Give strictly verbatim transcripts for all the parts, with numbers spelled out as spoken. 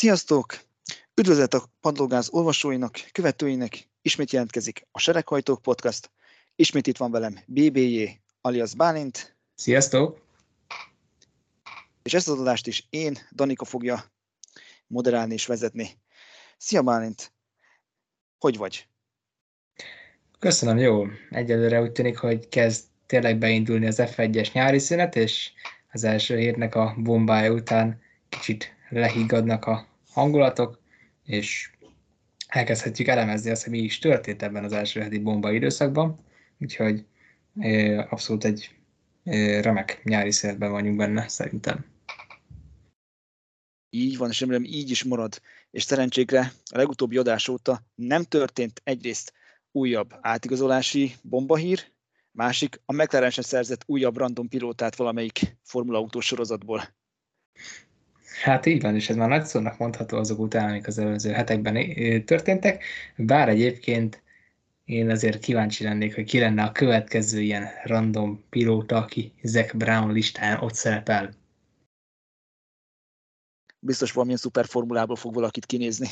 Sziasztok! Üdvözlet a Padlógáz olvasóinak, követőinek, ismét jelentkezik a Sereghajtók Podcast. Ismét itt van velem bé bé jé, alias Bálint. Sziasztok! És ezt az adást is én, Danika fogja moderálni és vezetni. Szia Bálint! Hogy vagy? Köszönöm, jó. Egyelőre úgy tűnik, hogy kezd tényleg beindulni az ef egyes nyári szünet, és az első hétnek a bombája után kicsit lehiggadnak a hangulatok, és elkezdhetjük elemezni azt, hogy mi is történt ebben az első heti bomba időszakban. Úgyhogy abszolút egy remek nyári szünetben vagyunk benne, szerintem. Így van, és remélem így is marad. És szerencsékre a legutóbbi adás óta nem történt egyrészt újabb átigazolási bombahír, másik a McLaren sem szerzett újabb random pilótát valamelyik Formula autós sorozatból. Hát így van, és ez már nagy szónak mondható azok után, amik az előző hetekben történtek, bár egyébként én azért kíváncsi lennék, hogy ki lenne a következő ilyen random pilóta, aki Zac Brown listáján ott szerepel. Biztos valamilyen szuper formulából fog valakit kinézni.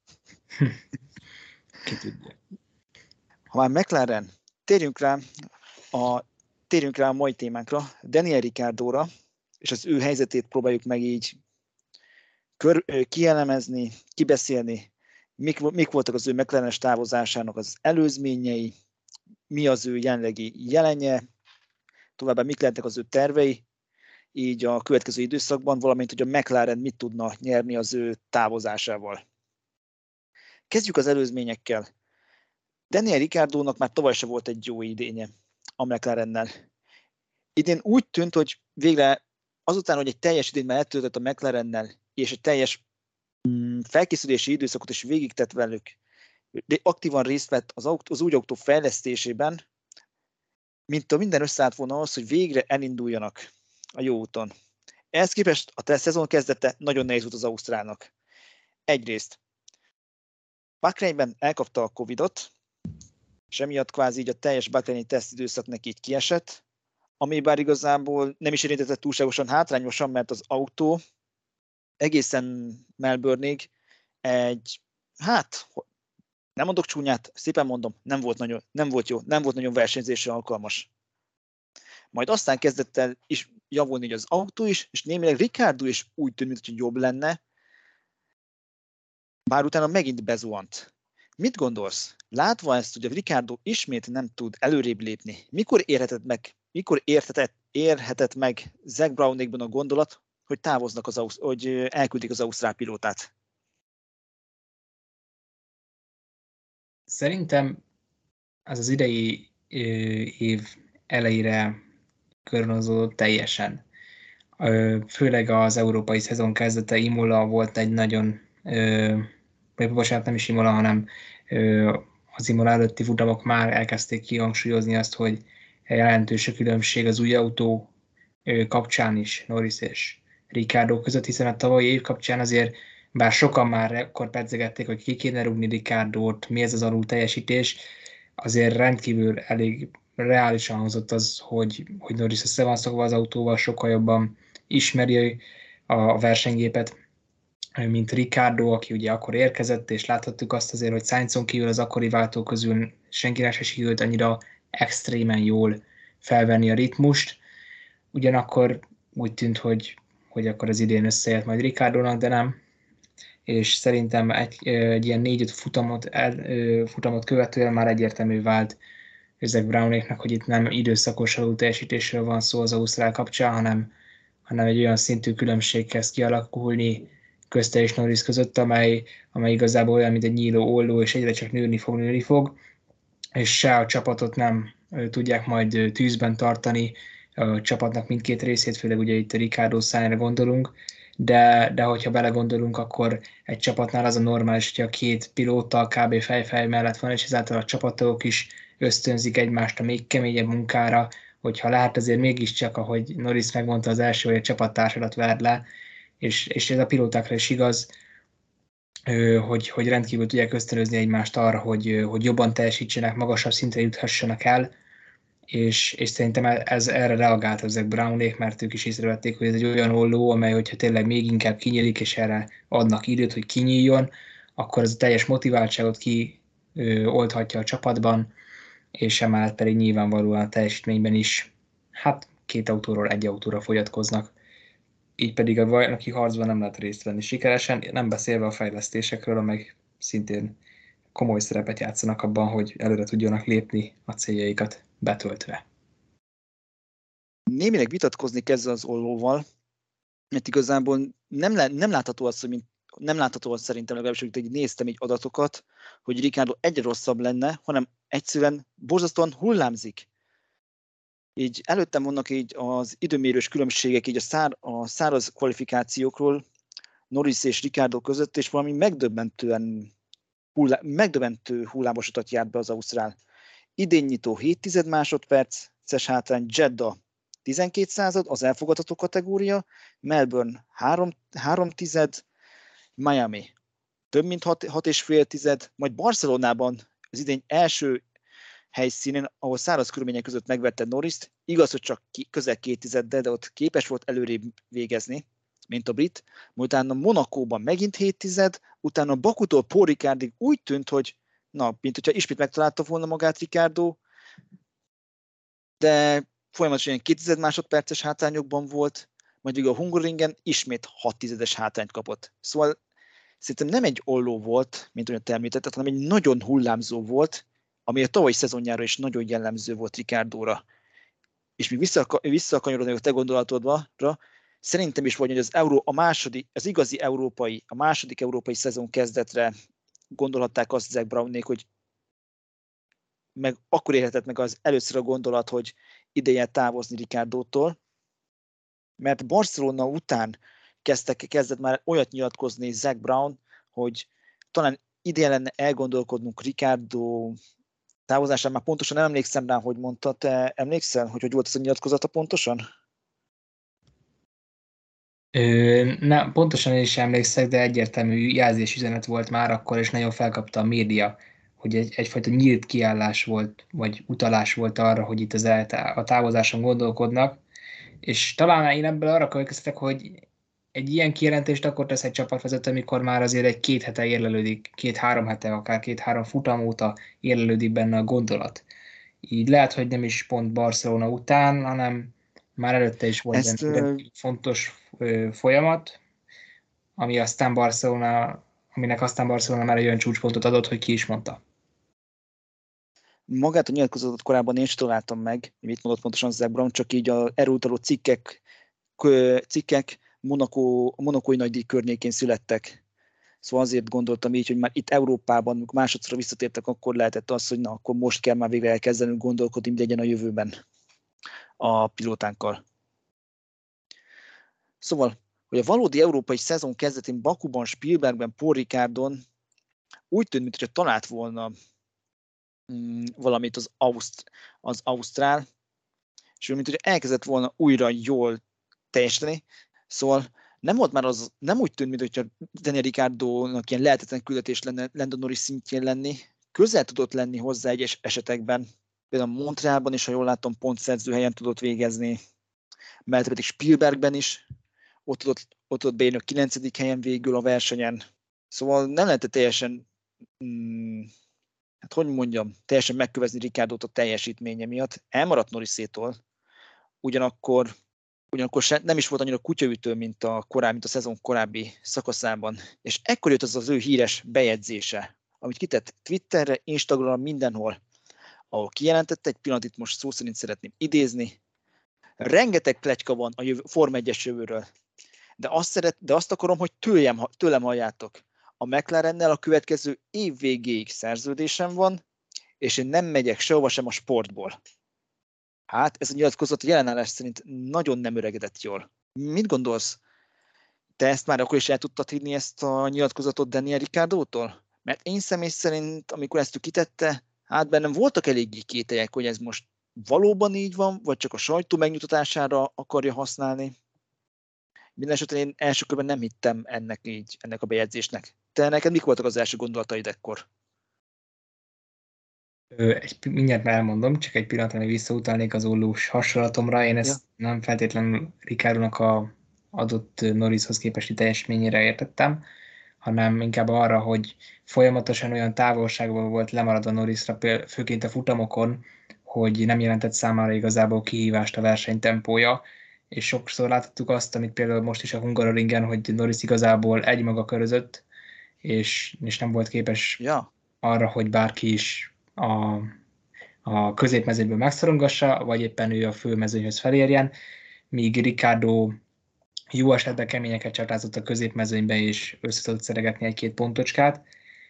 Ki tudja. Ha már McLaren, térjünk rá a, térjünk rá a mai témánkra, Daniel Ricciardóra, és az ő helyzetét próbáljuk meg így kör, kielemezni, kibeszélni, mik, mik voltak az ő McLarenes távozásának az előzményei, mi az ő jelenlegi jelenje, továbbá mik lehetnek az ő tervei, így a következő időszakban, valamint hogy a McLaren mit tudna nyerni az ő távozásával. Kezdjük az előzményekkel. Daniel Ricciardónak már tavaly se volt egy jó idénye a McLarennel. Idén úgy tűnt, hogy végre azután, hogy egy teljes idényt már eltöltött a McLarennel, és egy teljes mm, felkészülési időszakot is végigtett velük, de aktívan részt vett az, autó, az új autó fejlesztésében, mint a minden összeállt volna ahhoz, hogy végre elinduljanak a jó úton. Ehhez képest a szezon kezdete nagyon nehéz volt az ausztrálnak. Egyrészt Bahreinben elkapta a Covidot, és emiatt kvázi így a teljes Bahreini tesztidőszak neki így kiesett, ami bár igazából nem is érintette túlságosan hátrányosan, mert az autó egészen Melbourneig egy, hát nem mondok csúnyát, szépen mondom, nem volt, nagyon, nem volt jó, nem volt nagyon versenyzésre alkalmas. Majd aztán kezdett el is javulni az autó is, és némileg Ricciardo is úgy tűnt, hogy jobb lenne, bár utána megint bezuhant. Mit gondolsz? Látva ezt, hogy a Ricciardo ismét nem tud előrébb lépni, mikor érhetett meg, mikor érhetett, érhetett meg Zac Brownékban a gondolat, hogy távoznak, az, hogy elküldik az ausztrál pilótát? Szerintem az az idei év elejére körvonalazódott teljesen. Főleg az európai szezon kezdete, Imola volt egy nagyon, vagy bocsánat, nem is Imola, hanem az Imola előtti futamok már elkezdték kihangsúlyozni azt, hogy jelentős a különbség az új autó kapcsán is Norris és Ricciardo között, hiszen a tavalyi év kapcsán azért, bár sokan már akkor pedzegették, hogy ki kéne rúgni Ricciardót, mi ez az alul teljesítés, azért rendkívül elég reálisan hangzott az, hogy, hogy Norris össze van szokva az autóval, sokkal jobban ismeri a versenygépet, mint Ricciardo, aki ugye akkor érkezett, és láthattuk azt azért, hogy Sainzon kívül az akkori váltók közül senkinek se sikerült annyira extrémen jól felvenni a ritmust. Ugyanakkor úgy tűnt, hogy, hogy akkor az idén összejött majd Ricciardónak, de nem. És szerintem egy, egy ilyen négy-öt futamot, el, futamot követően már egyértelmű vált Zac Brownéknak, hogy itt nem időszakos alulteljesítésről van szó az ausztrál kapcsán, hanem, hanem egy olyan szintű különbség kezd kialakulni közte és Norris között, amely, amely igazából olyan, mint egy nyíló olló, és egyre csak nőni fog, nőni fog, és se a csapatot nem tudják majd tűzben tartani, a csapatnak mindkét részét, főleg ugye itt a Ricciardo szájára gondolunk, de, de hogyha belegondolunk, akkor egy csapatnál az a normális, hogy a két pilóta kb. Fej-fej mellett van, és ezáltal a csapatok is ösztönzik egymást a még keményebb munkára, hogyha lehet, azért mégiscsak, ahogy Norris megmondta az első, hogy a csapattársadat verd le, és, és ez a pilótákra is igaz, hogy, hogy rendkívül tudják ösztönözni egymást arra, hogy, hogy jobban teljesítsenek, magasabb szintre juthassanak el, és, és szerintem ez, erre reagált ezek Brownék, mert ők is észrevették, hogy ez egy olyan olló, amely, hogyha tényleg még inkább kinyílik, és erre adnak időt, hogy kinyíljon, akkor ez a teljes motiváltságot ki ö, oldhatja a csapatban, és emellett pedig nyilvánvalóan a teljesítményben is, hát két autóról egy autóra fogyatkoznak. Így pedig a bajnoki harcban nem lehet részt venni sikeresen, nem beszélve a fejlesztésekről, amelyek szintén komoly szerepet játszanak abban, hogy előre tudjanak lépni a céljaikat betöltve. Némileg vitatkozni ezzel az ollóval, mert igazából nem, le, nem látható az, hogy mint, nem látható az szerintem legalábbis, hogy így néztem így adatokat, hogy Ricardo egyre rosszabb lenne, hanem egyszerűen borzasztóan hullámzik. Így előttem vannak így az időmérős különbségek így a, szár, a száraz kvalifikációkról Norris és Ricardo között, és valami megdöbbentően hullá, megdöbbentő hullámosodat járt be az ausztrál. Idén nyitó hét tized másodperces hátrány, Jeddah tizenkét század, az elfogadható kategória, Melbourne három tized, Miami több mint hat és fél tized, majd Barcelonában az idény első helyszínén, ahol száraz körülmények között megvette Norrist, igaz, hogy csak közel két tizeddel, de ott képes volt előrébb végezni, mint a brit, utána Monakóban megint hét tized, utána Bakutól Paul Ricardig úgy tűnt, hogy na, mint hogyha ismét megtalálta volna magát Ricardo, de folyamatosan ilyen két tized másodperces hátrányokban volt, majd a Hungaroringen ismét hat tizedes hátrányt kapott. Szóval szerintem nem egy olló volt, mint olyan említetted, hanem egy nagyon hullámzó volt, ami a tavalyi szezonjára is nagyon jellemző volt Ricardóra. És még visszakanyarodni a te gondolatodra, szerintem is vagy, hogy az, Euró, a második, az igazi európai, a második európai szezon kezdetre gondolhatták azt Zak Brownnék, hogy meg akkor érhetett meg az először a gondolat, hogy ideje távozni Ricardótól, mert Barcelona után kezdtek, kezdett már olyat nyilatkozni Zak Brown, hogy talán ideje lenne elgondolkodnunk Ricardo távozásán, már pontosan nem emlékszem rá, hogy mondta, te emlékszel, hogy hogy volt ez a nyilatkozata pontosan? Ö, nem, pontosan én is emlékszek, de egyértelmű jelzésüzenet volt már akkor, és nagyon felkapta a média, hogy egy, egyfajta nyílt kiállás volt, vagy utalás volt arra, hogy itt az eltá- a távozáson gondolkodnak, és talán én ebből arra következtetek, hogy egy ilyen kijelentést akkor tesz egy csapatvezető, amikor már azért egy két hete érlelődik, két-három hete, akár két-három futam óta érlelődik benne a gondolat. Így lehet, hogy nem is pont Barcelona után, hanem már előtte is volt Ezt, benne egy fontos folyamat, ami aztán Barcelona, aminek aztán Barcelona már egy olyan csúcspontot adott, hogy ki is mondta. Magát a nyilatkozatot korábban én is találtam meg, mit mondott pontosan Zak Brown, csak így a erről utaló cikkek, cikkek Monaco, a monakói nagydíj környékén születtek. Szóval azért gondoltam így, hogy már itt Európában, amikor másodszor visszatértek, akkor lehetett az, hogy na, akkor most kell már végre elkezdenünk gondolkodni, mi legyen a jövőben a pilótánkkal. Szóval, hogy a valódi európai szezon kezdetén Bakuban, Spielbergben, Paul Ricardon úgy tűnt, mintha talált volna mm, valamit az, Auszt- az Ausztrál, és mint hogy elkezdett volna újra jól teljesíteni. Szóval nem volt már az, nem úgy tűnt, mintha Daniel Ricciardónak ilyen lehetetlen küldetés lenne Lando Norris szintjén lenni. Közel tudott lenni hozzá egyes esetekben. Például Montrealban is, ha jól látom, pontszerző helyen tudott végezni, mert pedig Spielbergben is ott tudott, ott tudott bejönni a kilencedik helyen végül a versenyen. Szóval nem lehetett teljesen, mm, hát hogy mondjam, teljesen megkövezni Ricciardót a teljesítménye miatt. Elmaradt Norrisétól, ugyanakkor ugyanakkor se, nem is volt annyira kutyaütő, mint a, korábbi, mint a szezon korábbi szakaszában. És ekkor jött az az ő híres bejegyzése, amit kitett Twitterre, Instagramra, mindenhol, ahol kijelentette, egy pillanat itt most szó szerint szeretném idézni, rengeteg pletyka van a jövő, Forma egyes jövőről, de azt, szeret, de azt akarom, hogy tőlem, tőlem halljátok. A McLarennel a következő év végéig szerződésem van, és én nem megyek sehova sem a sportból. Hát ez a nyilatkozat a jelenállás szerint nagyon nem öregedett jól. Mit gondolsz? Te ezt már akkor is el tudtad hinni, ezt a nyilatkozatot Daniel Ricciardótól? Mert én személy szerint, amikor ezt kitette, hát bennem voltak eléggé kételyek, hogy ez most valóban így van, vagy csak a sajtó megnyugtatására akarja használni. Mindenesetre én első körben nem hittem ennek így, ennek a bejegyzésnek. Te neked mik voltak az első gondolataid ekkor? Egy, mindjárt már elmondom, csak egy pillanatra még visszautalnék az ollós hasonlatomra. Én ezt Ja. nem feltétlenül Ricardónak a adott Norrishoz képesti teljesményére értettem, hanem inkább arra, hogy folyamatosan olyan távolságban volt lemaradva Norrisra, főként a futamokon, hogy nem jelentett számára igazából kihívást a versenytempója, és sokszor láthattuk azt, amit például most is a Hungaroringen, hogy Norris igazából egymaga körözött, és, és nem volt képes Ja. arra, hogy bárki is a, a középmezőnyből megszorongassa, vagy éppen ő a főmezőnyhöz felérjen, míg Ricardo jó esetben keményeket csatázott a középmezőnybe, és össze tudott szeregetni egy-két pontocskát,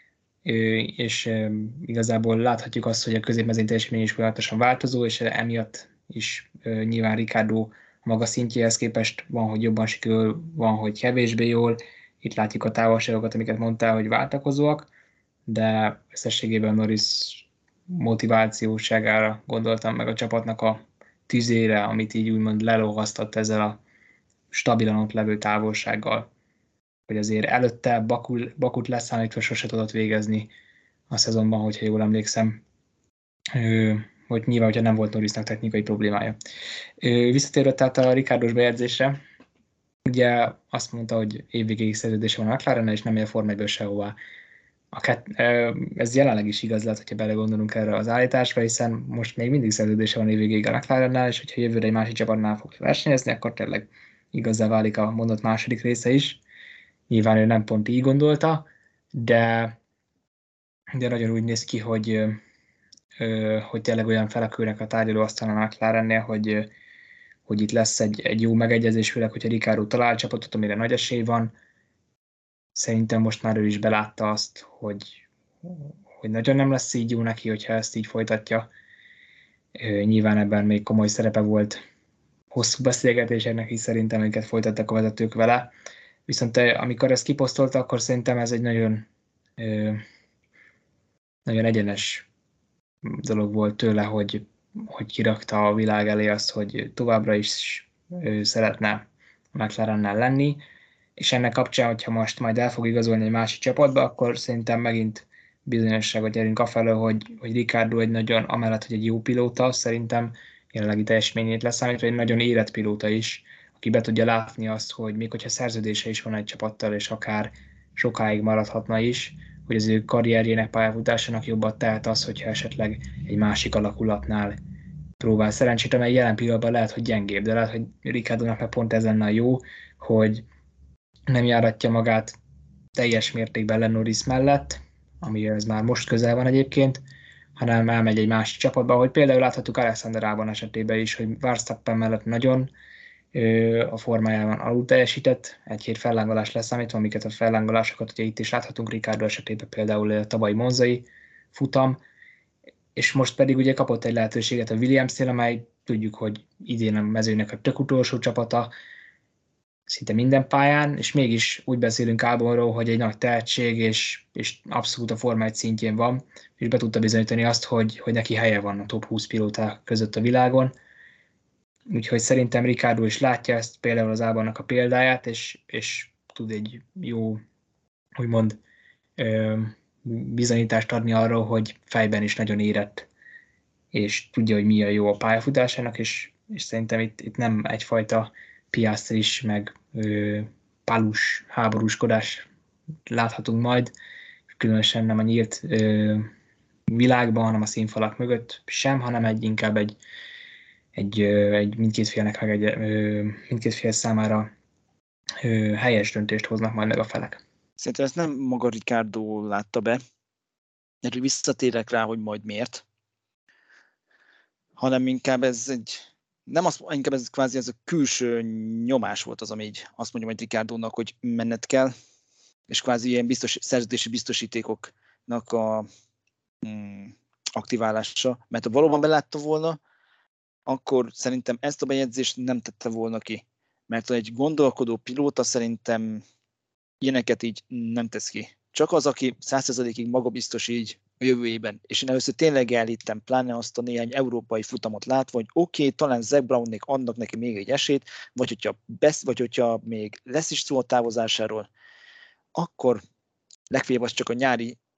és igazából láthatjuk azt, hogy a középmezőny teljesítmény is folyamatosan változó, és emiatt is nyilván Ricardo maga szintjéhez képest van, hogy jobban sikerül, van, hogy kevésbé jól. Itt látjuk a távolságokat, amiket mondtál, hogy váltakozóak, de összességében Norris motivációságára gondoltam, meg a csapatnak a tüzére, amit így úgymond lelóhasztott ezzel a stabilan ott levő távolsággal, hogy azért előtte Bakul, Bakut leszámítva sose tudott végezni a szezonban, hogyha jól emlékszem, hogy nyilván, hogyha nem volt Norrisnak technikai problémája. Visszatérve tehát a Ricardos bejegyzésre, ugye azt mondta, hogy évvégéig szerződése van a McLarennel, és nem ér Forma egyből sehová. A kett, ez jelenleg is igaz lehet, hogyha belegondolunk erre az állításra, hiszen most még mindig szerződése van évvégéig a McLarennel, és hogyha jövőre egy másik csapatnál fog versenyezni, akkor tényleg igazzá válik a mondat második része is. Nyilván ő nem pont így gondolta, de, de nagyon úgy néz ki, hogy, hogy tényleg olyan felekülnek a tárgyalóasztalon a McLarennél, hogy, hogy itt lesz egy, egy jó megegyezés, főleg, hogyha Ricardo talál csapatot, amire nagy esély van. Szerintem most már ő is belátta azt, hogy, hogy nagyon nem lesz így jó neki, hogyha ezt így folytatja. Nyilván ebben még komoly szerepe volt hosszú beszélgetéseknek is szerintem, amiket folytattak a vezetők vele. Viszont amikor ezt kiposztolta, akkor szerintem ez egy nagyon, nagyon egyenes dolog volt tőle, hogy, hogy kirakta a világ elé azt, hogy továbbra is szeretne a McLarennel lenni, és ennek kapcsán, hogyha most majd el fog igazolni egy másik csapatba, akkor szerintem megint bizonyosságot gyerünk afelől, hogy, hogy Ricardo egy nagyon, amellett, hogy egy jó pilóta, szerintem jelenlegi teljesményét leszámítva egy nagyon érett pilóta is, aki be tudja látni azt, hogy még hogyha szerződése is van egy csapattal, és akár sokáig maradhatna is, hogy az ő karrierjének, pályafutásának jobbat tehet az, hogyha esetleg egy másik alakulatnál próbál szerencsét, amely jelen pillanatban lehet, hogy gyengébb, de lehet, hogy Ricardónak meg pont ez lenne jó, hogy nem járatja magát teljes mértékben Lando Norris mellett, ami ez már most közel van egyébként, hanem elmegy egy másik csapatba, hogy például láthatjuk Alexander Albon esetében is, hogy Verstappen mellett nagyon a formájában alul teljesített, egy-két fellángolás leszámítva, amiket a fellángolásokat ugye itt is láthatunk Ricardo esetében például a tavalyi monzai futam, és most pedig ugye kapott egy lehetőséget a Williams-nél, amely tudjuk, hogy idén a mezőnek a tök utolsó csapata, szinte minden pályán, és mégis úgy beszélünk Albonról, hogy egy nagy tehetség, és, és abszolút a Forma egy szintjén van, és be tudta bizonyítani azt, hogy, hogy neki helye van a top húsz pilóták között a világon. Úgyhogy szerintem Ricardo is látja ezt, például az Albonnak a példáját, és, és tud egy jó, úgymond bizonyítást adni arról, hogy fejben is nagyon érett, és tudja, hogy mi a jó a pályafutásának, és, és szerintem itt, itt nem egyfajta Piastri is, meg ö, Palus háborúskodás láthatunk majd, különösen nem a nyílt ö, világban, hanem a színfalak mögött sem, hanem egy inkább egy, egy, ö, egy mindkét félnek, meg egy ö, mindkét fél számára ö, helyes döntést hoznak majd meg a felek. Szerintem ezt nem maga Ricardo látta be, mert visszatérek rá, hogy majd miért, hanem inkább ez egy, nem az, inkább ez kvázi ez a külső nyomás volt az, ami így azt mondjam, hogy Ricardónak, hogy menned kell, és kvázi ilyen biztos, szerződési biztosítékoknak a mm, aktiválása, mert ha valóban belátta volna, akkor szerintem ezt a bejegyzést nem tette volna ki. Mert egy gondolkodó pilóta szerintem ilyeneket így nem tesz ki. Csak az, aki száz százalékig magabiztos így a jövőjében. És én először tényleg elhittem, pláne azt a néhány európai futamot látva, hogy oké, okay, talán Zac Brownnék adnak neki még egy esélyt, vagy hogyha, besz, vagy hogyha még lesz is szó a távozásáról, akkor legfeljebb az csak a nyári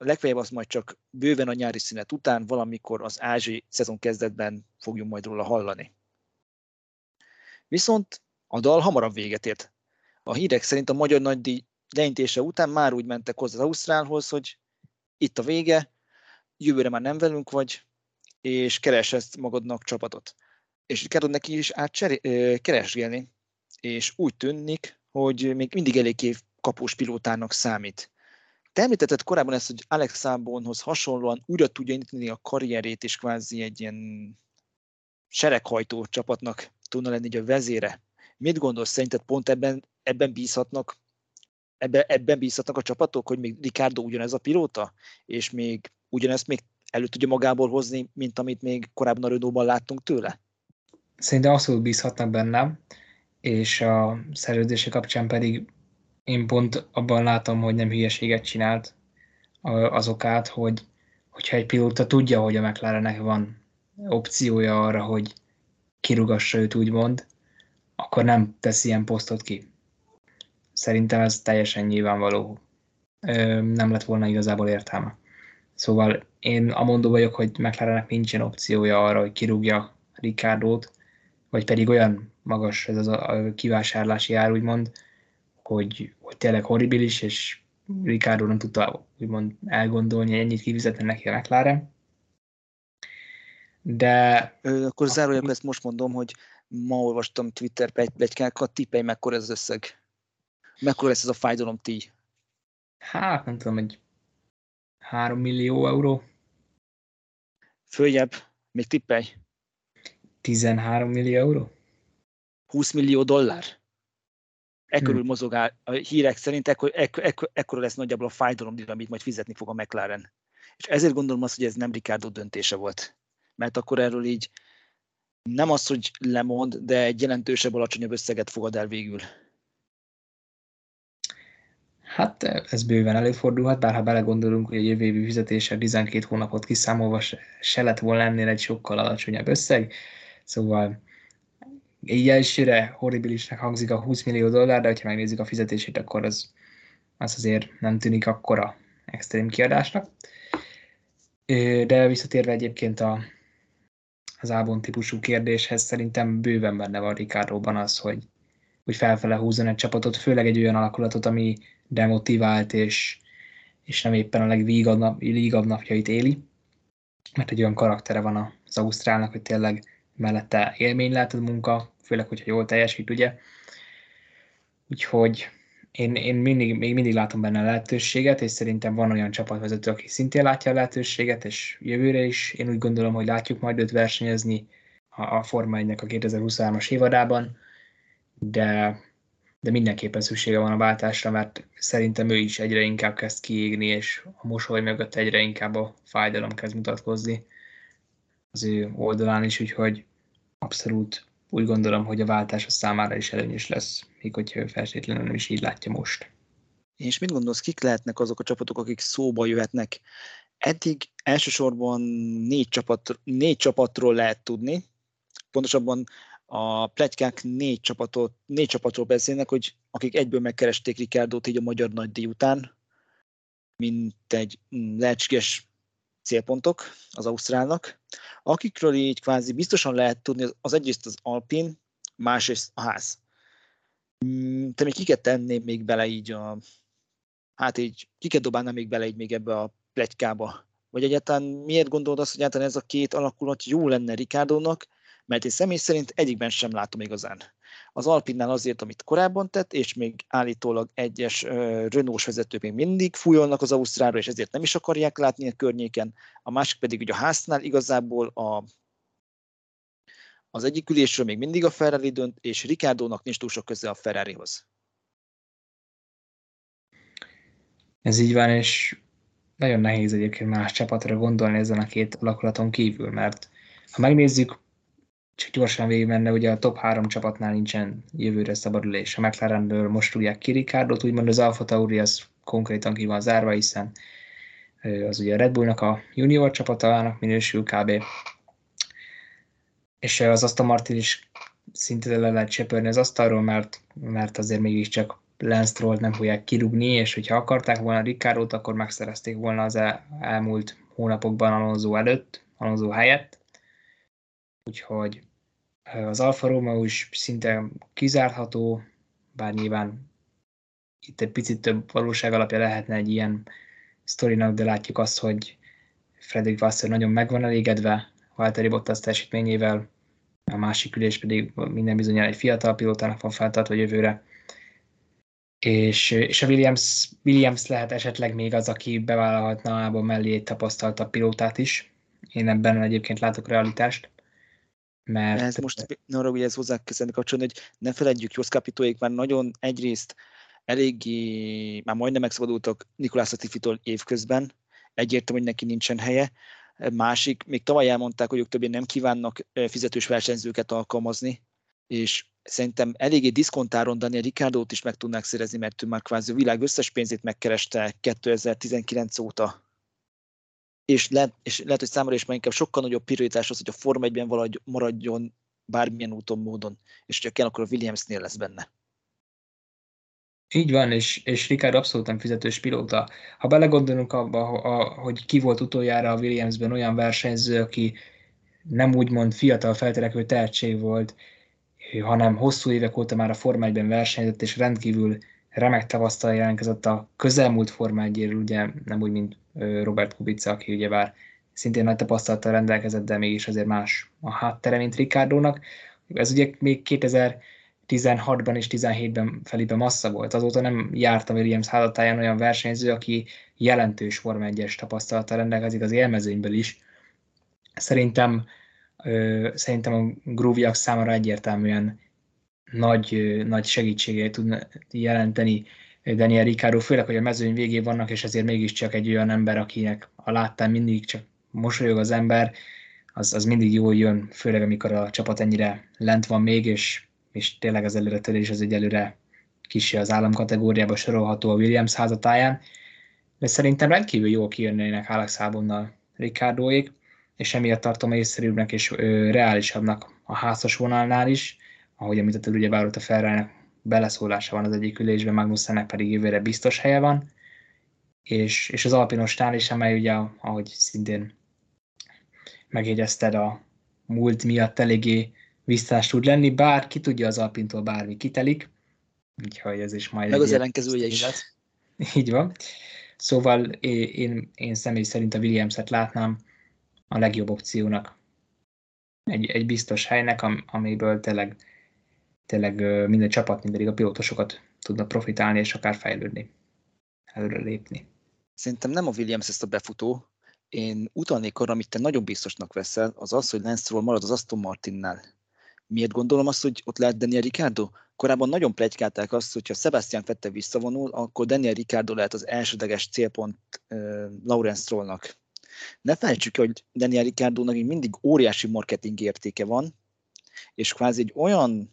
legfeljebb az majd csak bőven a nyári szünet után, valamikor az ázsiai szezon kezdetben fogjunk majd róla hallani. Viszont a dal hamarabb véget ért. A hírek szerint a magyar nagydíj leintése után már úgy mentek hozzá az Ausztrálhoz, hogy itt a vége, jövőre már nem velünk vagy, és keresd magadnak csapatot. És Ricardo neki is át keresgélni, és úgy tűnik, hogy még mindig eléggé kapós pilótának számít. Te említetted korábban ezt, hogy Alex Albonhoz hasonlóan újra tudja indítani a karrierét, és kvázi egy ilyen sereghajtó csapatnak tudna lenni így a vezére. Mit gondolsz, szerinted pont ebben, ebben bízhatnak ebben, ebben bízhatnak a csapatok, hogy még Ricardo ugyanez a pilóta, és még ugyanezt még elő tudja magából hozni, mint amit még korábban a Renault-ban láttunk tőle? Szerintem abszolút bízhatnak bennem, és a szerződése kapcsán pedig én pont abban látom, hogy nem hülyeséget csinált azokát, hogy hogyha egy pilóta tudja, hogy a McLarennek van opciója arra, hogy kirugassa őt úgymond, akkor nem tesz ilyen posztot ki. Szerintem ez teljesen nyilvánvaló. Nem lett volna igazából értelme. Szóval én amondó vagyok, hogy McLarennek nincsen opciója arra, hogy kirúgja Ricardót, vagy pedig olyan magas ez az a kivásárlási ár, úgymond, hogy, hogy tényleg horribilis, és Ricardo nem tudta úgymond elgondolni, hogy ennyit kifizetne neki a McLaren. De... Ö, akkor zárójelben ezt most mondom, hogy ma olvastam Twitter pletykákat, tippelj mekkora ez az összeg. Mekkora lesz ez a fájdalomdíj? Hát nem tudom, egy három millió euró. Följebb, még tippelj. tizenhárom millió euró. húsz millió dollár. Ekkor hmm. mozog áll, a hírek szerint ekkor, ekkor, ekkor, ekkor lesz nagyjából a fájdalomdíj, amit majd fizetni fog a McLaren. És ezért gondolom azt, hogy ez nem Ricciardo döntése volt. Mert akkor erről így nem az, hogy lemond, de egy jelentősebb, alacsonyabb összeget fogad el végül. Hát ez bőven előfordulhat, bár ha belegondolunk, hogy a jövő évi fizetése tizenkét hónapot kiszámolva se lett volna ennél egy sokkal alacsonyabb összeg. Szóval így elsőre horribilisnek hangzik a húsz millió dollár, de ha megnézzük a fizetését, akkor az, az azért nem tűnik akkora extrém kiadásnak. De visszatérve egyébként a, az Albon típusú kérdéshez, szerintem bőven benne van Ricardóban az, hogy, hogy felfele húzzon egy csapatot, főleg egy olyan alakulatot, ami demotivált, és, és nem éppen a legvígabb napjait éli, mert egy olyan karaktere van az Ausztrálnak, hogy tényleg mellette élmény lehet a munka, főleg, hogyha jól teljesít, ugye. Úgyhogy én, én mindig, még mindig látom benne a lehetőséget, és szerintem van olyan csapatvezető, aki szintén látja a lehetőséget, és jövőre is én úgy gondolom, hogy látjuk majd őt versenyezni a, a Forma egynek a kétezer-huszonhármas évadában, de, de mindenképpen szüksége van a váltásra, mert szerintem ő is egyre inkább kezd kiégni, és a mosoly mögött egyre inkább a fájdalom kezd mutatkozni az ő oldalán is, úgyhogy abszolút úgy gondolom, hogy a váltás a számára is előnyös lesz, még hogyha ő feltétlenül nem is így látja most. És mit gondolsz, kik lehetnek azok a csapatok, akik szóba jöhetnek? Eddig elsősorban négy, csapat, négy csapatról lehet tudni, pontosabban a pletykák négy, csapatot, négy csapatról beszélnek, hogy akik egyből megkeresték Ricciardót így a magyar nagydíj után, mint egy lehetséges célpontok az Ausztrálnak, akikről így kvázi biztosan lehet tudni, az egyrészt az Alpine, másrészt a Haas. Te még kiket tennél még bele így a, hát így, kiket dobálnál még bele így még ebbe a pletykába? Vagy egyáltalán miért gondolod azt, hogy egyáltalán ez a két alakulat jó lenne Ricciardónak, mert én személy szerint egyikben sem látom igazán. Az Alpinnál azért, amit korábban tett, és még állítólag egyes uh, Renault-s vezetők még mindig fújolnak az Ausztrálra, és ezért nem is akarják látni a környéken. A másik pedig ugye a Haasnál igazából a, az egyik ülésről még mindig a Ferrari dönt, és Ricciardónak nincs túl sok köze a Ferrarihoz. Ez így van, és nagyon nehéz egyébként más csapatra gondolni ezen a két alakulaton kívül, mert ha megnézzük, csak gyorsan végig menne, ugye a top három csapatnál nincsen jövőre szabadulés. A McLarenből most tudják ki Ricciardót, úgymond az Alfa Tauri az konkrétan ki van zárva, hiszen az ugye a Red Bullnak a junior csapatának minősül kb. És az Aston Martin is szinte le lehet söpörni az asztalról, mert, mert azért mégiscsak Lance Strollt nem fogják kirúgni, és hogyha akarták volna Ricciardót, akkor megszerezték volna az el, elmúlt hónapokban Alonso előtt, Alonso helyett. Úgyhogy az Alfa Romeo is szinte kizárható, bár nyilván itt egy picit több valóság alapja lehetne egy ilyen sztorinak, de látjuk azt, hogy Frederick Vasseur nagyon meg van elégedve Valtteri Bottas teljesítményével, a másik ülés pedig minden bizonnyal egy fiatal pilótának van feltartva jövőre. És, és a Williams, Williams lehet esetleg még az, aki bevállalhatna abban mellé egy tapasztaltabb pilótát is. Én ebben egyébként látok realitást. Mert... Ez most arra, hogy ez hozzá kezdeni kapcsolni, hogy ne feledjük, Jos Capitoék már nagyon egyrészt eléggé, már majdnem megszabadultak Nicolas Latifitól évközben, egyértelmű, hogy neki nincsen helye. Másik, még tavaly elmondták, hogy ők többé nem kívánnak fizetős versenyzőket alkalmazni, és szerintem eléggé diszkontáron Daniel Ricciardót is meg tudnák szerezni, mert ő már kvázi a világ összes pénzét megkereste kétezer-tizenkilenc óta. És lehet, és lehet, hogy számára is már inkább sokkal nagyobb prioritás az, hogy a Forma egyben valahogy maradjon bármilyen úton, módon, és hogyha kell, akkor a Williamsnél lesz benne. Így van, és, és Ricciardo abszolút nem fizetős pilóta. Ha belegondolunk abba, hogy ki volt utoljára a Williamsben olyan versenyző, aki nem úgymond fiatal feltörekvő tehetség volt, hanem hosszú évek óta már a Forma egyben versenyzett, és rendkívül remek tavasztal jelentkezett a közelmúlt Forma egyéről, ugye nem úgy, mint Robert Kubica, aki ugyebár szintén nagy tapasztalattal rendelkezett, de mégis azért más a háttere, mint Ricciardónak. Ez ugye még kétezer-tizenhatban és tizenhétben Felipe Massa volt. Azóta nem járt a Williams házatáján olyan versenyző, aki jelentős Forma egyes tapasztalattal rendelkezik az élmezőnyből is. Szerintem Szerintem a grúviak számára egyértelműen nagy, nagy segítségét tudna jelenteni Daniel Ricciardo, főleg, hogy a mezőny végén vannak, és ezért mégiscsak egy olyan ember, akinek a láttán mindig csak mosolyog az ember, az, az mindig jól jön, főleg amikor a csapat ennyire lent van még, és, és tényleg az előretörés az egyelőre kicsi az államkategóriába sorolható a Williams házatáján, de szerintem rendkívül jól kijönnének Alex Albonnal Ricciardóék, és emiatt tartom észszerűbbnek és ö, reálisabbnak a házas vonalnál is, ahogy említetted, ugye bár ott a Ferrari-nek beleszólása van az egyik ülésben, Magnussennek pedig jövőre biztos helye van, és, és az Alpinosnál is, amely ugye, ahogy szintén megjegyezted, a múlt miatt eléggé visszás tud lenni, bár ki tudja az Alpintól bármi kitelik, úgyhogy ez is majd... Meg az ellenkezője is. Így van. Szóval én, én személy szerint a Williams-et látnám a legjobb opciónak. Egy, egy biztos helynek, am, amiből tényleg, tényleg minden csapat, mind pedig a pilótosokat tudna profitálni, és akár fejlődni, előre lépni. Szerintem nem a Williams ezt a befutó. Én utalnék arra, amit te nagyon biztosnak veszel, az az, hogy Lance Stroll marad az Aston Martinnál. Miért gondolom azt, hogy ott lehet Daniel Ricciardo? Korábban nagyon pletykálták azt, hogy ha Sebastian Vettel visszavonul, akkor Daniel Ricciardo lehet az elsődleges célpont uh, Lawrence Strollnak. Ne felejtsük ki, hogy Daniel Ricciardónak mindig óriási marketing értéke van, és kvázi egy olyan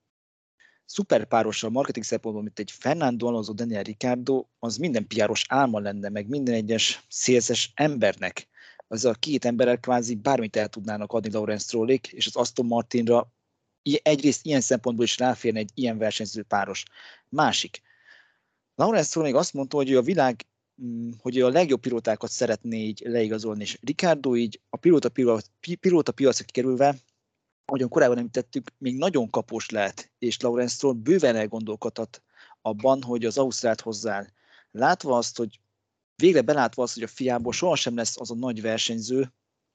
szuperpárossal marketing szempontból, mint egy Fernando Alonso, Daniel Ricciardo, az minden piáros álma lenne, meg minden egyes szélzes embernek. Az a két emberrel kvázi bármit el tudnának adni Lawrence Strollék, és az Aston Martinra egyrészt ilyen szempontból is ráférne egy ilyen versenyző páros. Másik. Lawrence Stroll még azt mondta, hogy ő a világ hogy a legjobb pilótákat szeretné így leigazolni, és Ricciardo így a pilóta, pilóta, pilóta piacra kikerülve, ahogyan korábban említettük, még nagyon kapós lehet, és Lawrence Stroll bőven elgondolkodhat abban, hogy az Ausztrált hozzá. Látva azt, hogy végre belátva azt, hogy a fiából sohasem lesz az a nagy versenyző,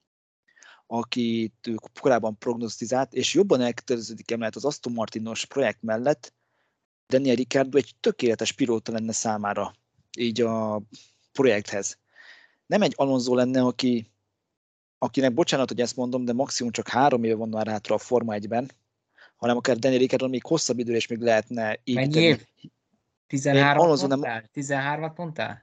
akit ők korábban prognosztizált, és jobban elköteleződik emellett az Aston Martinos projekt mellett, Daniel Ricciardo egy tökéletes pilóta lenne számára, így a projekthez. Nem egy Alonso lenne, aki, akinek bocsánat, hogy ezt mondom, de maximum csak három éve van már hátra a Forma egyben, hanem akár Daniel Ricciardo még hosszabb időre is még lehetne építeni. Mennyi év? tizenhármat mondtál? Nem... tizenhármat mondtál?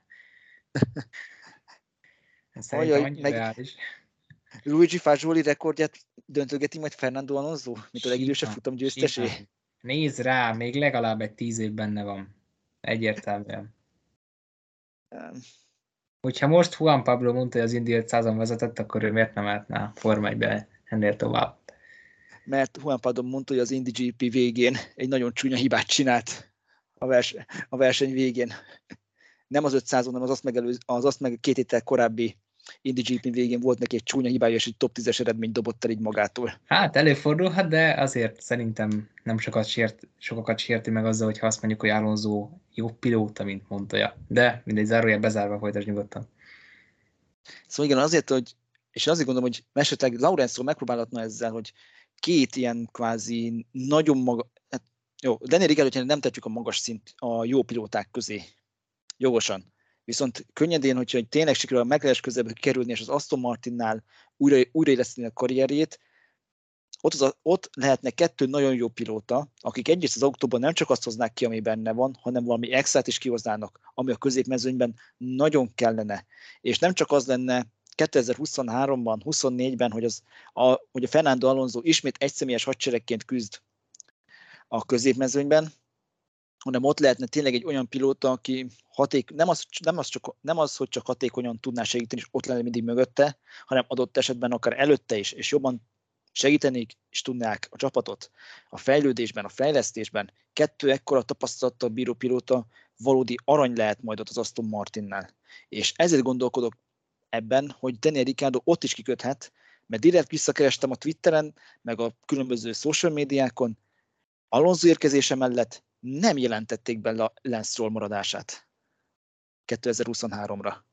Szerintem annyira reális. Luigi Fagioli rekordját döntögeti majd Fernando Alonso, mint a legidősebb futam győztesé. Nézd rá, még legalább egy tíz év benne van. Egyértelműen. Um. Hogyha most Juan Pablo mondta, hogy az Indy ötszázon vezetett, akkor ő miért nem álltná a Forma egybe ennél tovább? Mert Juan Pablo mondta, hogy az Indy gé pé végén egy nagyon csúnya hibát csinált. a, vers, a verseny végén. Nem az ötszázon, hanem az azt, megelőz, az azt meg két héttel korábbi Indy gé pé végén volt neki egy csúnya hibája, és egy top tízes eredményt dobott el így magától. Hát előfordulhat, de azért szerintem nem sokat sért, sokakat sérti meg azzal, hogyha azt mondjuk, hogy Alonso jobb pilóta, mint mondta. De mindegy, zárójel bezárva, folytasd nyugodtan. Szóval igen, azért, hogy, és én azért gondolom, hogy esetleg Lawrence-ról megpróbálhatna ezzel, hogy két ilyen kvázi nagyon maga, hát jó, Daniel Ricciardo nem tetjük a magas szint a jó pilóták közé. Jogosan. Viszont könnyedén, hogyha tényleg sikerül a McLaren közelbe kerülni, és az Aston Martinnál újra, újraéleszteni a karrierjét, ott, az a, ott lehetne kettő nagyon jó pilóta, akik egyrészt az autóban nem csak azt hoznák ki, ami benne van, hanem valami extrát is kihoznának, ami a középmezőnyben nagyon kellene. És nem csak az lenne kétezer-huszonháromban, huszonnégyben, hogy, az, a, hogy a Fernando Alonso ismét egyszemélyes hadseregként küzd a középmezőnyben, hanem ott lehetne tényleg egy olyan pilóta, aki haték, nem, az, nem, az csak, nem az, hogy csak hatékonyan tudná segíteni, és ott lenne mindig mögötte, hanem adott esetben akár előtte is, és jobban segítenék, és tudnák a csapatot a fejlődésben, a fejlesztésben. Kettő ekkora tapasztalattal bíró pilóta valódi arany lehet majd ott az Aston Martinnál. És ezért gondolkodok ebben, hogy Daniel Ricciardo ott is kiköthet, mert direkt visszakerestem a Twitteren, meg a különböző social médiákon, Alonso érkezése mellett nem jelentették be Lance Stroll maradását kétezer-huszonháromra.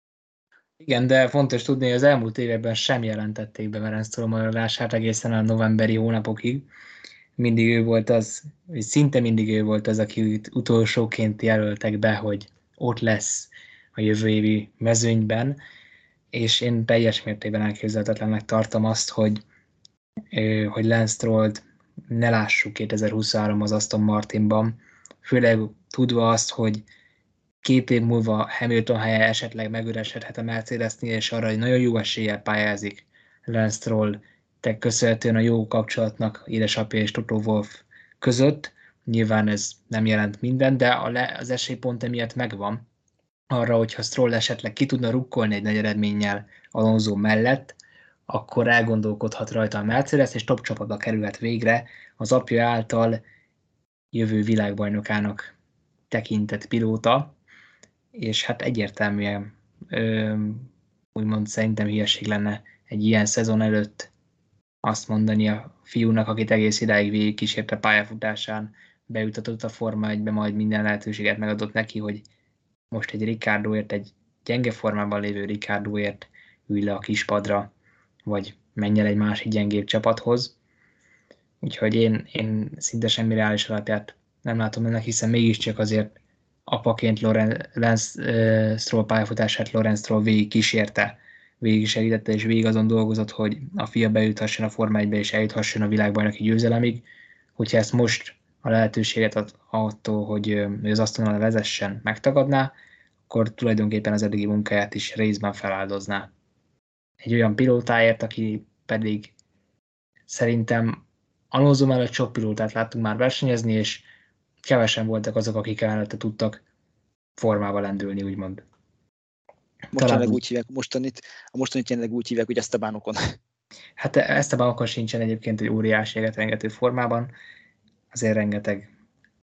Igen, de fontos tudni, hogy az elmúlt években sem jelentették be Lance Stroll maradását egészen a novemberi hónapokig. Mindig ő volt az, vagy szinte mindig ő volt az, aki utolsóként jelöltek be, hogy ott lesz a jövő évi mezőnyben, és én teljes mértékben elképzelhetetlennek tartom azt, hogy, hogy Lance Strollt ne lássuk kétezer-huszonhárom az Aston Martinban, főleg tudva azt, hogy két év múlva Hamilton helye esetleg megüresedhet a Mercedesnél, és arra egy nagyon jó eséllyel pályázik Lance Stroll, te köszönhetően a jó kapcsolatnak édesapja és Toto Wolff között. Nyilván ez nem jelent minden, de az esély pont emiatt megvan arra, hogyha Stroll esetleg ki tudna rukkolni egy nagy eredménnyel Alonso mellett, akkor elgondolkodhat rajta a Mercedes, és top csapatba kerülhet végre az apja által jövő világbajnokának tekintett pilóta, és hát egyértelműen ö, úgymond szerintem hülyeség lenne egy ilyen szezon előtt azt mondani a fiúnak, akit egész idáig végig kísérte pályafutásán, beütetett a Forma egybe, majd minden lehetőséget megadott neki, hogy most egy Ricciardoért, egy gyenge formában lévő Ricciardoért ülj le a kispadra, vagy menj el egy másik gyengébb csapathoz. Úgyhogy én, én szinte semmi reális alapját nem látom ennek, hiszen mégiscsak azért apaként Lance uh, Stroll pályafutását Lawrence Stroll végig kísérte, végig segítette, és végig azon dolgozott, hogy a fia bejuthasson a Forma egybe, és eljuthasson a világbajnoki győzelemig. Hogyha ezt most a lehetőséget attól, hogy az Astonnal vezessen, megtagadná, akkor tulajdonképpen az eddigi munkáját is részben feláldozná. Egy olyan pilótáért, aki pedig szerintem Alonso mellett sok pilótát láttunk már versenyezni, és kevesen voltak azok, akik mellette tudtak formába lendülni, úgymond. Mostanában úgy hívják, mostanit, a mostanit jelenleg úgy hívják, hogy Esteban Ocon. Hát Esteban Ocon sincsen egyébként egy óriási rengető formában, azért rengeteg,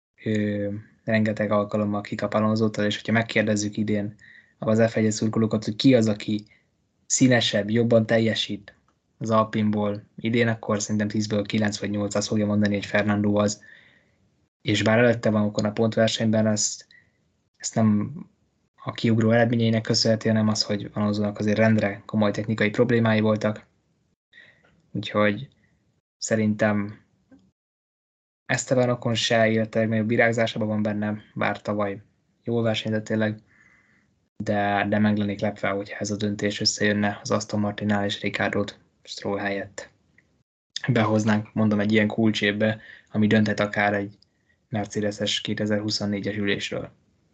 ö, rengeteg alkalommal kikap Alonsótól, és hogyha megkérdezzük idén az ef egy szurkolókat, hogy ki az, aki színesebb, jobban teljesít az Alpinból idén, akkor szerintem tízből kilenc vagy nyolc azt fogja mondani, hogy Fernando az, és bár előtte van Ocon a pontversenyben, ezt, ezt nem a kiugró eredményeinek köszönhető, hanem az, hogy Alonsónak azért rendre komoly technikai problémái voltak. Úgyhogy szerintem Esteban Ocon se illetve még virágzásában van benne, bár tavaly jól versenyzett tényleg, de, de meg lennék lepve, hogyha ez a döntés összejönne az Aston Martinnál és Ricciardót Stroll helyett behoznánk, mondom, egy ilyen kulcsévbe, ami dönthet akár egy Mercedes-es kétezer-huszonnégyes ülésről.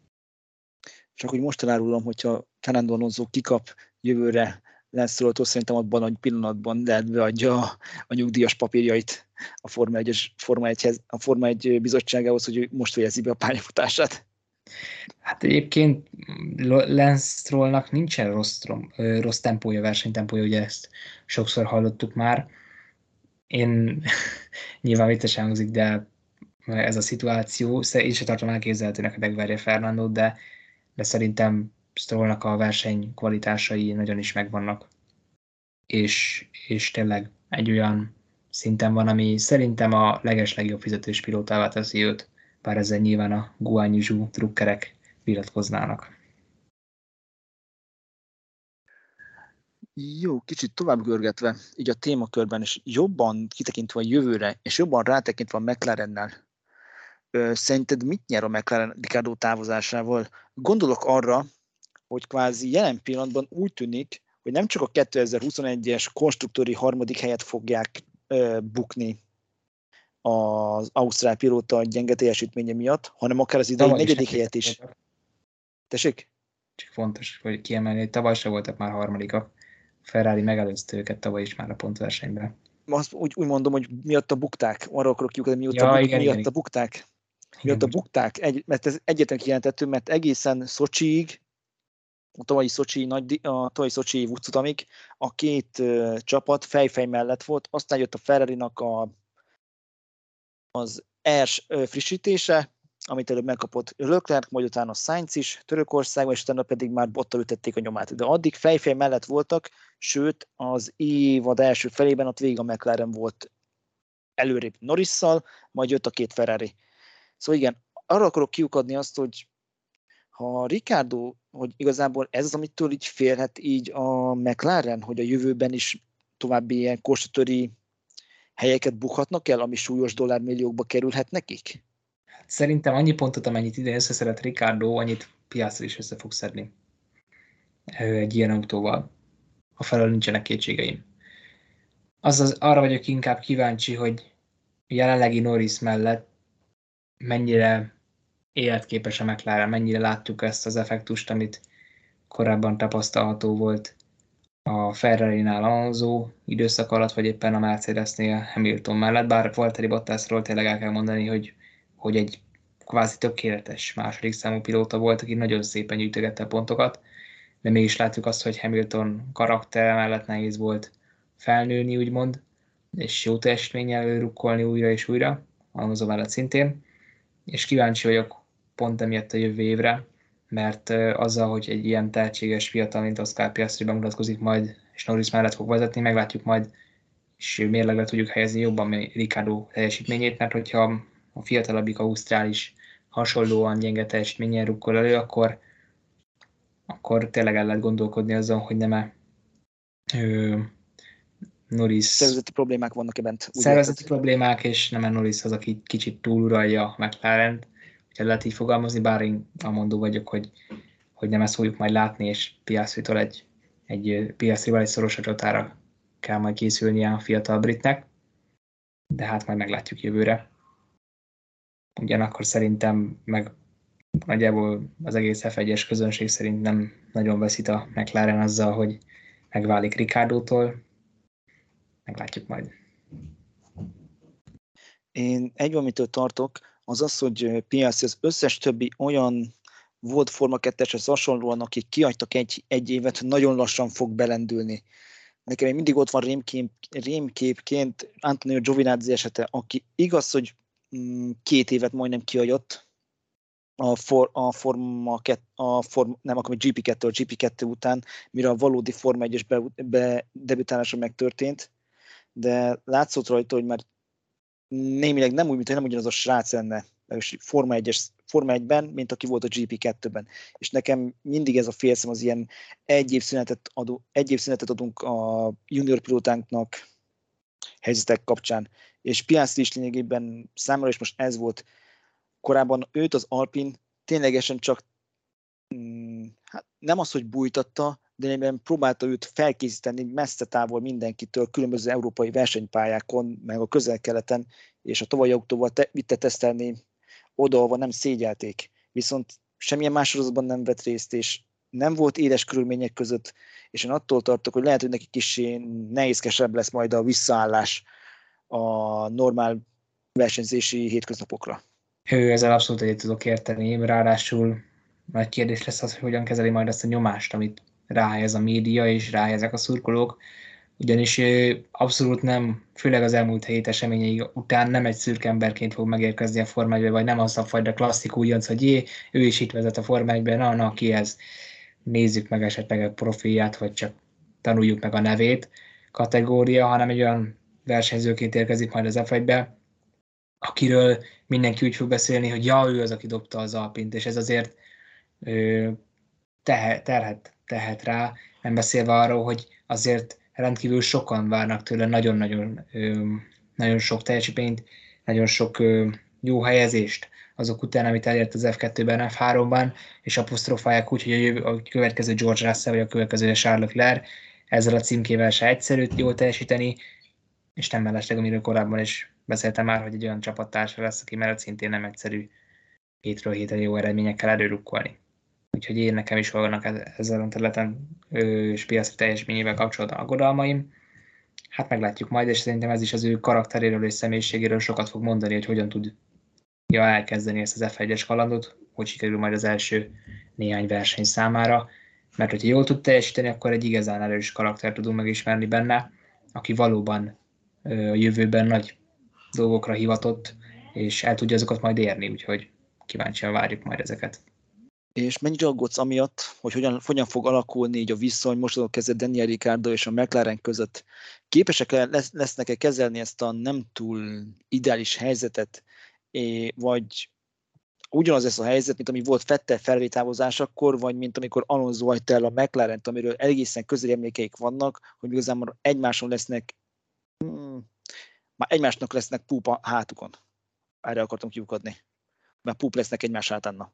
Csak hogy most elárulom, hogyha Fernando Alonso kikap jövőre Lance Strolltól, szerintem abban a pillanatban lehet beadja a, a nyugdíjas papírjait a Forma egyes, Forma egyhez, a Forma egy bizottságához, hogy most fejezi be a pályafutását. Hát egyébként Lance Strollnak nincsen rossz, rossz tempója, versenytempója, ugye ezt sokszor hallottuk már. Én nyilván vicces hangzik, de ez a szituáció. Én sem tartom elképzelhetőnek, hogy megverje Fernandot, de, de szerintem Strollnak a verseny kvalitásai nagyon is megvannak. És, és tényleg egy olyan szinten van, ami szerintem a legeslegjobb fizetős pilótává teszi őt, bár ezzel nyilván a Guanyu Zhou drukkerek vitatkoznának. Jó, kicsit tovább görgetve, így a témakörben, és jobban kitekintve a jövőre, és jobban rátekintve a McLarennel, szerinted mit nyer a McLaren Ricciardo távozásával? Gondolok arra, hogy kvázi jelen pillanatban úgy tűnik, hogy nem csak a kétezer-huszonegyes konstruktori harmadik helyet fogják ö, bukni az ausztrál pilóta gyenge teljesítménye miatt, hanem akár az idei negyedik helyet is. Voltak. Tessék? Csak fontos, hogy kiemelni, hogy tavaly sem voltak már harmadikak. Ferrari megelőzte őket tavaly is már a pontversenyben. Azt úgy, úgy mondom, hogy miatta bukták. Arra akarok kiukadni, miatta, ja, buk, igen, miatta igen, bukták. Miatta igen, bukták, egy, mert ez egyetlen kijelentettő, mert egészen Szocsiig, a tavalyi Szocsi, nagy, a tavalyi Szocsi Vucutamig a két uh, csapat fejfej mellett volt, aztán jött a Ferrari-nak a, az ERS frissítése, amit előbb megkapott Leclerc, majd utána a Sainz is Törökországban, és utána pedig már bottal ütették a nyomát. De addig fejfej mellett voltak, sőt az évad első felében ott végig a McLaren volt előrébb Norrisszal, majd jött a két Ferrari. Szóval igen, arra akarok kiukadni azt, hogy ha Ricciardo, hogy igazából ez az, amitől így félhet így a McLaren, hogy a jövőben is további ilyen konstruktori helyeket bukhatnak el, ami súlyos dollármilliókba kerülhet nekik? Szerintem annyi pontot, amennyit idén összeszedett Ricciardo, annyit Piastri is össze fog szedni egy ilyen autóval. A felől nincsenek kétségeim. Azaz arra vagyok inkább kíváncsi, hogy jelenlegi Norris mellett mennyire életképes a McLaren, mennyire látjuk ezt az effektust, amit korábban tapasztalható volt a Ferrari-nál Alonso időszak alatt, vagy éppen a Mercedesnél Hamilton mellett, bár Valtteri Bottasról tényleg el kell mondani, hogy, hogy egy kvázi tökéletes második számú pilóta volt, aki nagyon szépen gyűjtögette pontokat, de mégis látjuk azt, hogy Hamilton karakter mellett nehéz volt felnőni, úgymond, és jó teljesítménnyel rukkolni újra és újra, Alonso mellett szintén, és kíváncsi vagyok pont emiatt a jövő évre, mert azzal, hogy egy ilyen tehetséges fiatal, mint Oscar Piastri bemutatkozik majd, és Norris mellett fog vezetni, meglátjuk majd, és mérlegre tudjuk helyezni jobban Ricciardo teljesítményét, mert hogyha a fiatalabbik Ausztrál is hasonlóan gyenge teljesítményen rukkol elő, akkor, akkor tényleg el lehet gondolkodni azon, hogy nem-e ö, Norris... Szervezeti problémák vannak ebben. Szervezeti problémák, és nem-e Norris az, aki kicsit túluralja McLarent, úgyhogy lehet így fogalmazni, bár én amondó vagyok, hogy, hogy nem ezt fogjuk majd látni, és Piastritól egy, egy Piastrival egy szoros csatára kell majd készülnie a fiatal britnek, de hát majd meglátjuk jövőre. Ugyanakkor szerintem meg nagyjából az egész ef egyes közönség szerint nem nagyon veszít a McLaren azzal, hogy megválik Ricciardótól. Meglátjuk majd. Én egy valamitől tartok, az az, hogy Piastri az összes többi olyan volt Forma ketteshez hasonlóan, akik kihagytak egy, egy évet, nagyon lassan fog belendülni. Nekem még mindig ott van rémkép, rémképként Antonio Giovinazzi esete, aki igaz, hogy mm, két évet majdnem kihagyott a, for, a Forma kettő, a Form, nem akkor gé pé kettő, a gé pé kettő után, mire a valódi Forma egyes be, be, debütálása megtörtént, de látszott rajta, hogy már némileg nem úgy, mint hogy nem ugyanaz a srác lenne Forma egyes, Forma egyben, mint aki volt a gé pé kettőben. És nekem mindig ez a félszem az ilyen egy év szünetet, adó, egy év szünetet adunk a junior pilótánknak helyzetek kapcsán. És Piastri is lényegében számomra is most ez volt. Korábban őt az Alpin ténylegesen csak mm, hát nem az, hogy bújtatta, de lényegében próbálta őt felkészíteni messze távol mindenkitől, különböző európai versenypályákon, meg a közel-keleten, és a tavalyi autóval te, vitte tesztelni oda, ahol nem szégyelték. Viszont semmilyen más sorozatban nem vett részt, és nem volt éles körülmények között, és én attól tartok, hogy lehet, hogy neki kicsi nehézkesebb lesz majd a visszaállás a normál versenyzési hétköznapokra. Ő ezzel abszolút egyet tudok érteni, ráadásul nagy kérdés lesz az, hogy hogyan kezeli majd azt a nyomást, amit ráhelyez a média és ráhelyezek a szurkolók, ugyanis ő abszolút nem, főleg az elmúlt hét eseményei után nem egy szürke emberként fog megérkezni a Forma egybe, vagy nem az a fajta klasszik újonc, hogy jé, ő is itt vezet a Forma egyben, na, na, ki ez? Nézzük meg esetleg a profilját, vagy csak tanuljuk meg a nevét kategória, hanem egy olyan versenyzőként érkezik majd az ef egybe, akiről mindenki úgy fog beszélni, hogy ja, ő az, aki dobta az Alpint, és ez azért ö, tehet, terhet, tehet rá, nem beszélve arról, hogy azért rendkívül sokan várnak tőle nagyon-nagyon ö, nagyon sok teljesítményt, nagyon sok ö, jó helyezést azok után, amit elért az ef kettőben, ef háromban, és apostrofálják úgy, hogy a, jövő, a következő George Russell, vagy a következő Charles Leclerc ezzel a címkével se egyszerű jól teljesíteni, és nem mellesleg, amiről korábban is beszéltem már, hogy egy olyan csapattársa lesz, aki mellett szintén nem egyszerű hétről hétre jó eredményekkel előrukkolni. Úgyhogy én nekem is vannak ezzel a területen és piacra teljesményével kapcsolatban aggodalmaim. Hát meglátjuk majd, és szerintem ez is az ő karakteréről és személyiségéről sokat fog mondani, hogy hogyan tudja elkezdeni ezt az ef egyes kalandot, hogy sikerül majd az első néhány verseny számára, mert hogyha jól tud teljesíteni, akkor egy igazán erős karakter tudunk megismerni benne, aki valóban a jövőben nagy dolgokra hivatott, és el tudja azokat majd érni, úgyhogy kíváncsian várjuk majd ezeket. És mennyire aggódsz amiatt, hogy hogyan, hogyan fog alakulni így a viszony mostantól kezdve Daniel Ricciardo és a McLaren között? Képesek lesz, lesznek-e kezelni ezt a nem túl ideális helyzetet, vagy ugyanaz lesz a helyzet, mint ami volt Vettel felvétávozásakor, vagy mint amikor Alonso hagyta el a McLarent, amiről egészen közeli emlékeik vannak, hogy igazából egymáson lesznek, hmm, már egymásnak lesznek púp a hátukon. Erre akartam kiukadni. Mert púp lesznek egymás hátánna.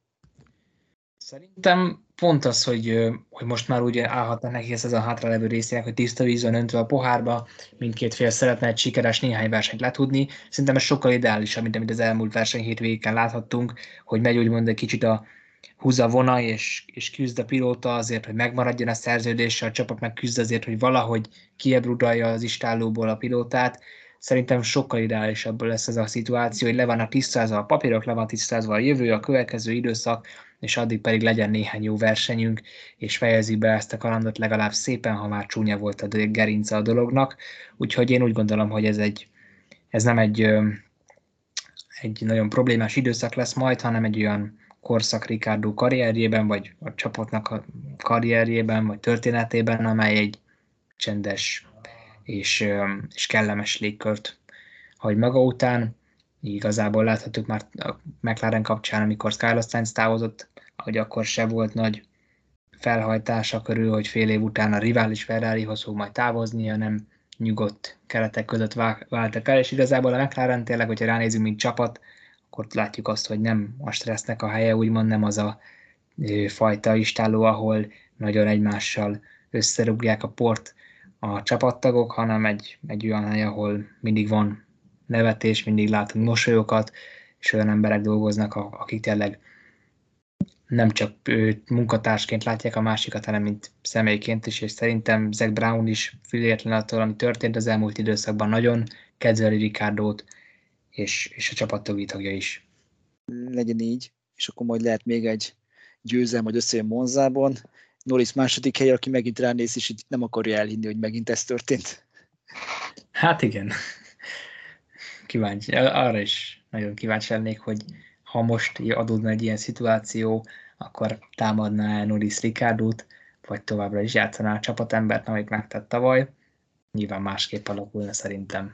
Szerintem pont az, hogy, hogy most már úgy állhatnak neki ez a hátralevő részének, hogy tiszta víz van öntve a pohárba, mindkét fél szeretne egy sikeres néhány versenyt letudni. Szerintem ez sokkal ideálisabb, mint amit az elmúlt verseny hétvégéken láthattunk, hogy megy úgymond egy kicsit a húza vona, és, és küzd a pilóta azért, hogy megmaradjon a szerződéssel, a csapat meg küzd azért, hogy valahogy kiebrudalja az istállóból a pilótát. Szerintem sokkal ideálisabb lesz ez a szituáció, hogy le vannak tisztázva a papírok, le van tisztázva a jövő, a következő időszak, és addig pedig legyen néhány jó versenyünk, és fejezzük be ezt a kalandot legalább szépen, ha már csúnya volt a gerince a dolognak. Úgyhogy én úgy gondolom, hogy ez, egy, ez nem egy, egy nagyon problémás időszak lesz majd, hanem egy olyan korszak Ricciardo karrierjében, vagy a csapatnak a karrierjében, vagy történetében, amely egy csendes és, és kellemes légkört hagy maga után. Igazából láthatjuk már a McLaren kapcsán, amikor Carlos Sainz távozott, hogy akkor se volt nagy felhajtása körül, hogy fél év után a rivális Ferrarihoz fog majd távozni, hanem nyugodt keretek között váltak el, és igazából a McLaren tényleg, hogyha ránézünk, mint csapat, akkor látjuk azt, hogy nem a stressznek a helye, úgymond nem az a fajta istálló, ahol nagyon egymással összerúgják a port a csapattagok, hanem egy, egy olyan hely, ahol mindig van nevetés, mindig látunk mosolyokat, és olyan emberek dolgoznak, akik tényleg nem csak munkatársként látják a másikat, hanem mint személyként is, és szerintem Zac Brown is független attól, ami történt az elmúlt időszakban, nagyon kedveli Ricciardót, és, és a csapattagja tagja is. Legyen így, és akkor majd lehet még egy győzelem, majd összejön Monzában. Norris második hely, aki megint ránéz, és így nem akarja elhinni, hogy megint ez történt. Hát igen. Kíváncsi, arra is nagyon kíváncsi lennék, hogy ha most adódna egy ilyen szituáció, akkor támadná Norris Ricciardót, vagy továbbra is játszaná a csapatembert, amelyik megtett tavaly. Nyilván másképp alakulna szerintem.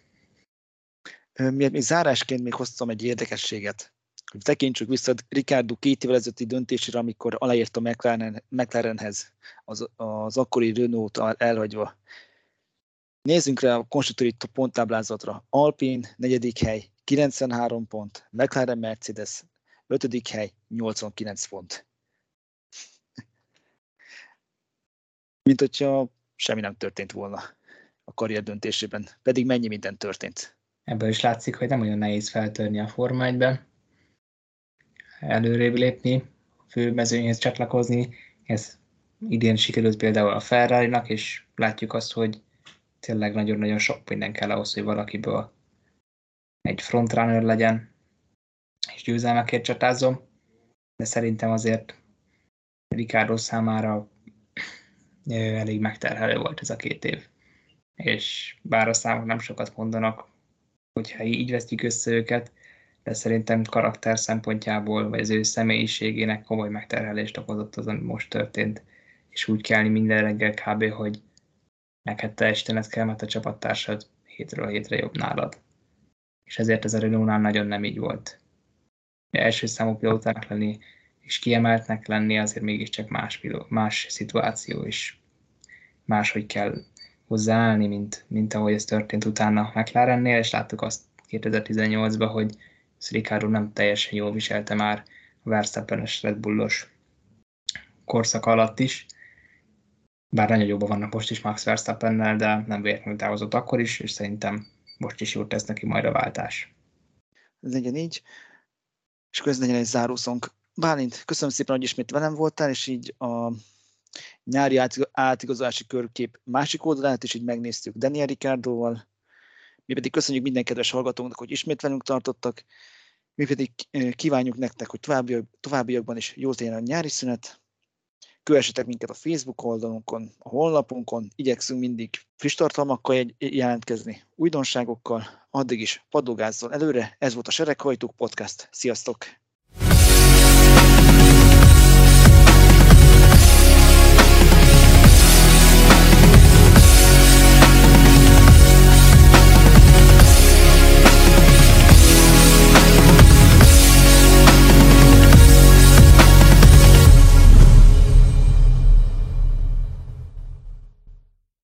Miért még zárásként még hoztam egy érdekességet. Hogy tekintsük vissza Ricciardo két évvel ezelőtti döntésére, amikor aláírt a McLaren, McLarenhez, az, az akkori Renault elhagyva. Nézzünk rá a konstruktőri ponttáblázatra. Alpine negyedik hely, kilencvenhárom pont, McLaren Mercedes ötödik hely, nyolcvankilenc pont. Mint hogyha semmi nem történt volna a karrier döntésében, pedig mennyi minden történt. Ebből is látszik, hogy nem olyan nehéz feltörni a Forma egyben, előrébb lépni, a főmezőnyhez csatlakozni. Ez idén sikerült például a Ferrarinak, és látjuk azt, hogy tényleg nagyon-nagyon sok minden kell ahhoz, hogy valakiből egy frontrunner legyen, és győzelmekért csatázzon, de szerintem azért Ricciardo számára elég megterhelő volt ez a két év. és bár a számok nem sokat mondanak, hogyha így vesztjük össze őket, de szerintem karakter szempontjából, vagy az ő személyiségének komoly megterhelést okozott az, ami most történt, és úgy kelni minden reggel kb., hogy neked teljesítened kell, mert a csapattársad hétről hétre jobb nálad. És ezért ez a Renault-nál nagyon nem így volt. Első számú pilótának lenni, és kiemeltnek lenni azért mégiscsak más, piló, más szituáció, és máshogy kell hozzáállni, mint, mint ahogy ez történt utána McLarennél, és láttuk azt kétezer-tizennyolcban, hogy Ricciardo nem teljesen jól viselte már a Verstappen-es Red Bullos korszak alatt is, bár nagyon jóban vannak most is Max Verstappennel, de nem véletlenül távozott akkor is, és szerintem most is jól tesz neki majd a váltás. Ez legyen így, és közben legyen egy zárószónk. Bálint, köszönöm szépen, hogy ismét velem voltál, és így a nyári átigazolási körkép másik oldalát is így megnéztük Daniel Ricciardoval. Mi pedig köszönjük minden kedves hallgatónknak, hogy ismét velünk tartottak. Mi pedig kívánjuk nektek, hogy további, továbbiakban is jó legyen a nyári szünet. Kövessetek minket a Facebook oldalunkon, a honlapunkon, igyekszünk mindig friss tartalmakkal jelentkezni, újdonságokkal, addig is padlógázzal előre. Ez volt a Sereghajtók Podcast. Sziasztok!